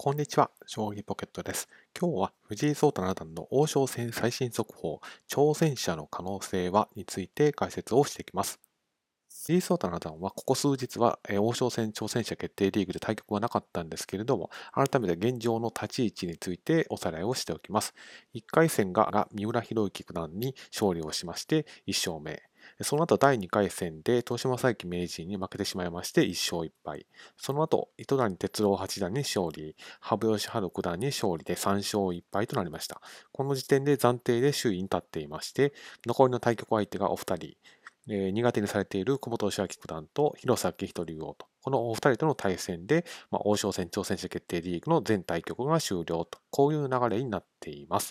こんにちは、将棋ポケットです。今日は藤井聡太七段の王将戦最新速報、挑戦者の可能性はについて解説をしていきます。藤井聡太七段はここ数日は王将戦挑戦者決定リーグで対局はなかったんですけれども、改めて現状の立ち位置についておさらいをしておきます。1回戦が三浦弘之九段に勝利をしまして1勝目。その後第2回戦で豊島将之名人に負けてしまいまして1勝1敗。その後糸谷哲郎八段に勝利、羽生善治九段に勝利で3勝1敗となりました。この時点で暫定で首位に立っていまして、残りの対局相手がお二人、苦手にされている久保利明九段と広瀬章人竜王と、このお二人との対戦で、王将戦挑戦者決定リーグの全対局が終了と、こういう流れになっています。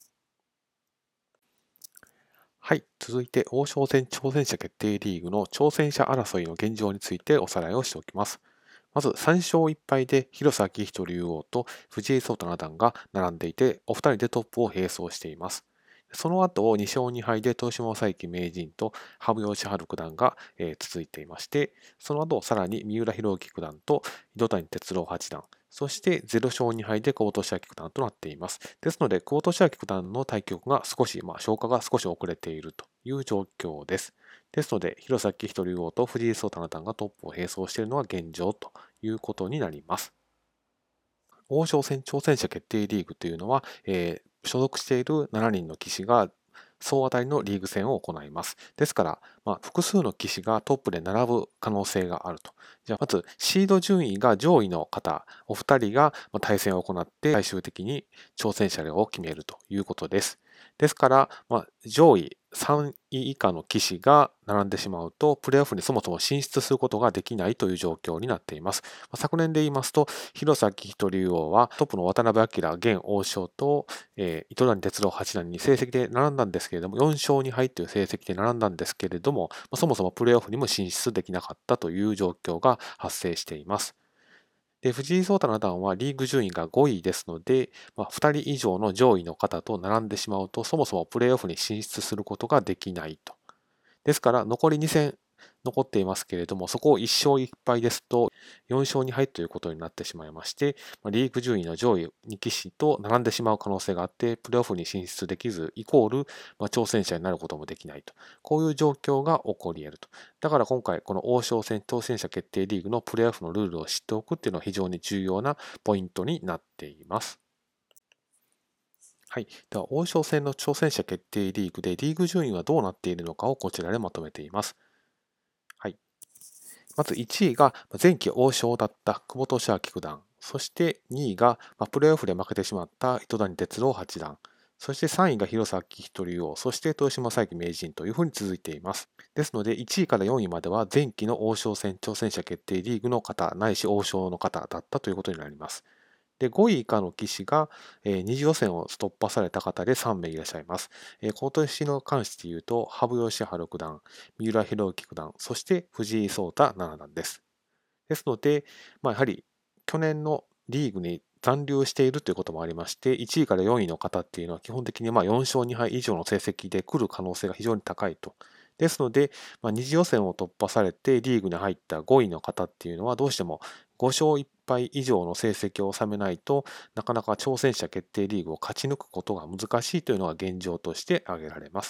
はい、続いて王将戦挑戦者決定リーグの挑戦者争いの現状についておさらいをしておきます。まず3勝1敗で広瀬章人竜王と藤井聡太七段が並んでいて、お二人でトップを並走しています。その後2勝2敗で豊島将之名人と羽生善治九段が続いていまして、その後さらに三浦弘之九段と糸谷哲郎八段、そして0勝2敗で久保利明九段となっています。ですので、久保利明九段の対局が少し、消化が少し遅れているという状況です。ですので、広瀬章人竜王と藤井聡太七段がトップを並走しているのは現状ということになります。王将戦挑戦者決定リーグというのは、所属している7人の棋士が総当たりのリーグ戦を行います。ですから、複数の棋士がトップで並ぶ可能性があると。じゃあ、まず、シード順位が上位の方、お二人が対戦を行って、最終的に挑戦者を決めるということです。ですから、上位3位以下の棋士が並んでしまうと、プレーオフにそもそも進出することができないという状況になっています。昨年で言いますと、広瀬章人竜王はトップの渡辺明現王将と、糸谷哲郎八段に成績で並んだんですけれども、4勝2敗という成績で並んだんですけれども、そもそもプレーオフにも進出できなかったという状況が発生しています。で、藤井聡太七段はリーグ順位が5位ですので、2人以上の上位の方と並んでしまうと、そもそもプレーオフに進出することができないと。ですから、残り2戦残っていますけれども、そこを1勝1敗ですと、4勝2敗ということになってしまいまして、リーグ順位の上位2棋士と並んでしまう可能性があって、プレーオフに進出できず、イコール、挑戦者になることもできないと。こういう状況が起こり得ると。だから今回、この王将戦挑戦者決定リーグのプレーオフのルールを知っておくっていうのは非常に重要なポイントになっています。はい。では、王将戦の挑戦者決定リーグでリーグ順位はどうなっているのかをこちらでまとめています。はい。まず1位が前期王将だった久保利明九段、そして2位がプレーオフで負けてしまった糸谷哲郎八段、そして3位が広瀬章人竜王、そして豊島将之名人というふうに続いています。ですので、1位から4位までは前期の王将戦挑戦者決定リーグの方、ないし王将の方だったということになります。で、5位以下の棋士が、二次予選を突破された方で3名いらっしゃいます。今年の関して言うと、羽生善治九段、三浦弘之九段、そして藤井聡太七段です。ですので、やはり去年のリーグに残留しているということもありまして、1位から4位の方っていうのは基本的に4勝2敗以上の成績で来る可能性が非常に高いと。ですので、二次予選を突破されてリーグに入った5位の方っていうのはどうしても5勝1敗以上の成績を収めないとなかなか挑戦者決定リーグを勝ち抜くことが難しいというのが現状として挙げられます。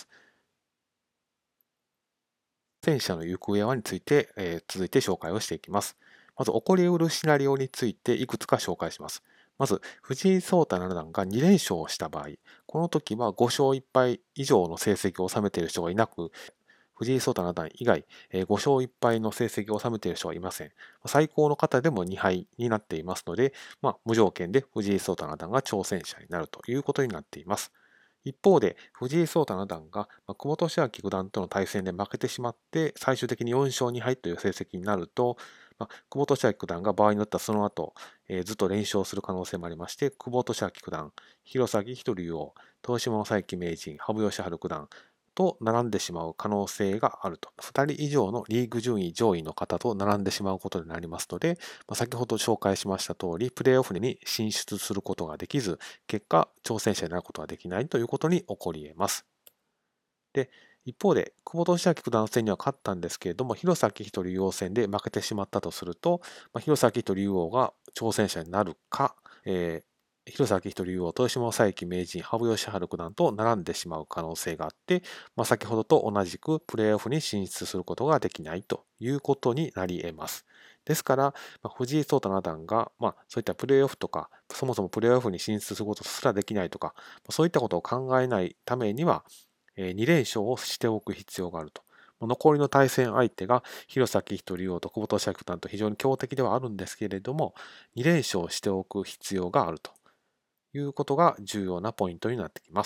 挑戦者の行方はについて、続いて紹介をしていきます。まず起こりうるシナリオについていくつか紹介します。まず、藤井聡太七段が2連勝をした場合、この時は5勝1敗以上の成績を収めている人がいなく、藤井聡太七段以外、5勝1敗の成績を収めている人はいません。最高の方でも2敗になっていますので、無条件で藤井聡太七段が挑戦者になるということになっています。一方で、藤井聡太七段が久保利明九段との対戦で負けてしまって、最終的に4勝2敗という成績になると、久保利明九段が場合によってはその後、ずっと連勝する可能性もありまして、久保利明九段、広瀬章人竜王、豊島将之名人、羽生善治九段、と並んでしまう可能性があると。2人以上のリーグ順位上位の方と並んでしまうことになりますので、先ほど紹介しました通り、プレーオフに進出することができず、結果、挑戦者になることができないということに起こり得ます。で、一方で、久保利明九段戦には勝ったんですけれども、広瀬章人竜王戦で負けてしまったとすると、広瀬章人竜王が挑戦者になるか、 広瀬章人竜王、豊島将之名人、羽生善治九段と並んでしまう可能性があって、先ほどと同じくプレーオフに進出することができないということになり得ます。ですから、藤井聡太七段が、そういったプレーオフとか、そもそもプレーオフに進出することすらできないとか、そういったことを考えないためには、2連勝をしておく必要があると。残りの対戦相手が広瀬章人竜王と久保利明九段と非常に強敵ではあるんですけれども、2連勝しておく必要があるということが重要なポイントになってきます。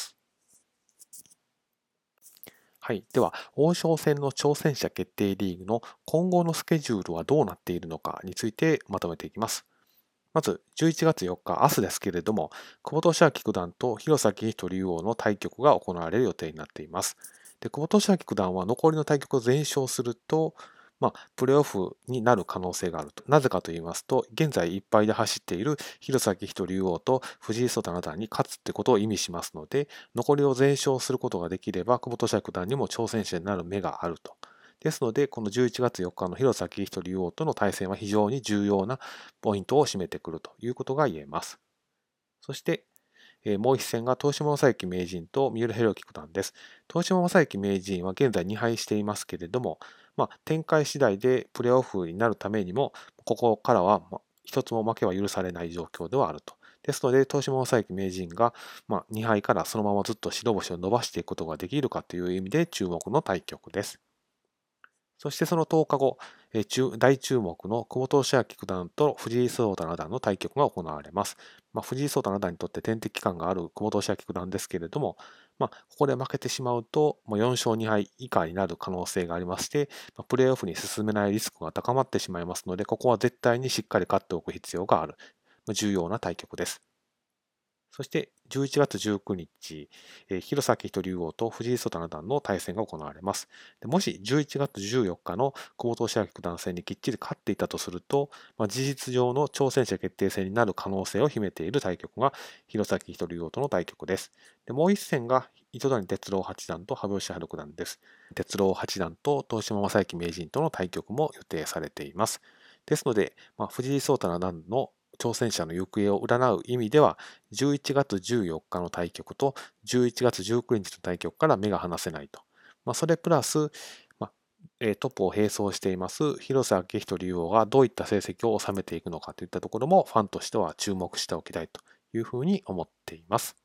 はい。では、王将戦の挑戦者決定リーグの今後のスケジュールはどうなっているのかについてまとめていきます。まず、11月4日、明日ですけれども、久保利明九段と広瀬章人竜王の対局が行われる予定になっています。で、久保利明九段は残りの対局を全勝すると、プレーオフになる可能性があると。なぜかと言いますと、現在1敗で走っている広瀬章人竜王と藤井聡太七段に勝つってことを意味しますので、残りを全勝することができれば、久保利明九段にも挑戦者になる目があると。ですので、この11月4日の広瀬章人竜王との対戦は非常に重要なポイントを占めてくるということが言えます。そして、もう一戦が東島正幸名人と三浦弘樹九段です。東島正幸名人は現在2敗していますけれども、展開次第でプレーオフになるためにも、ここからは一つも負けは許されない状況ではあると。ですので、東島正幸名人が2敗からそのままずっと白星を伸ばしていくことができるかという意味で注目の対局です。そしてその10日後、大注目の久保利明九段と藤井聡太七段の対局が行われます。藤井聡太七段にとって天敵感がある久保利明九段ですけれども、ここで負けてしまうと、4勝2敗以下になる可能性がありまして、プレーオフに進めないリスクが高まってしまいますので、ここは絶対にしっかり勝っておく必要がある、重要な対局です。そして11月19日、広崎人竜王と藤井聡太七段の対戦が行われます。もし11月14日の久保利明九段戦にきっちり勝っていたとすると、事実上の挑戦者決定戦になる可能性を秘めている対局が広崎人竜王との対局です。もう一戦が糸谷哲郎八段と羽生善治九段です。哲郎八段と東島正幸名人との対局も予定されています。ですので、藤井聡太七段の挑戦者の行方を占う意味では、11月14日の対局と11月19日の対局から目が離せないと。それプラス、トップを並走しています広瀬章人竜王がどういった成績を収めていくのかといったところもファンとしては注目しておきたいというふうに思っています。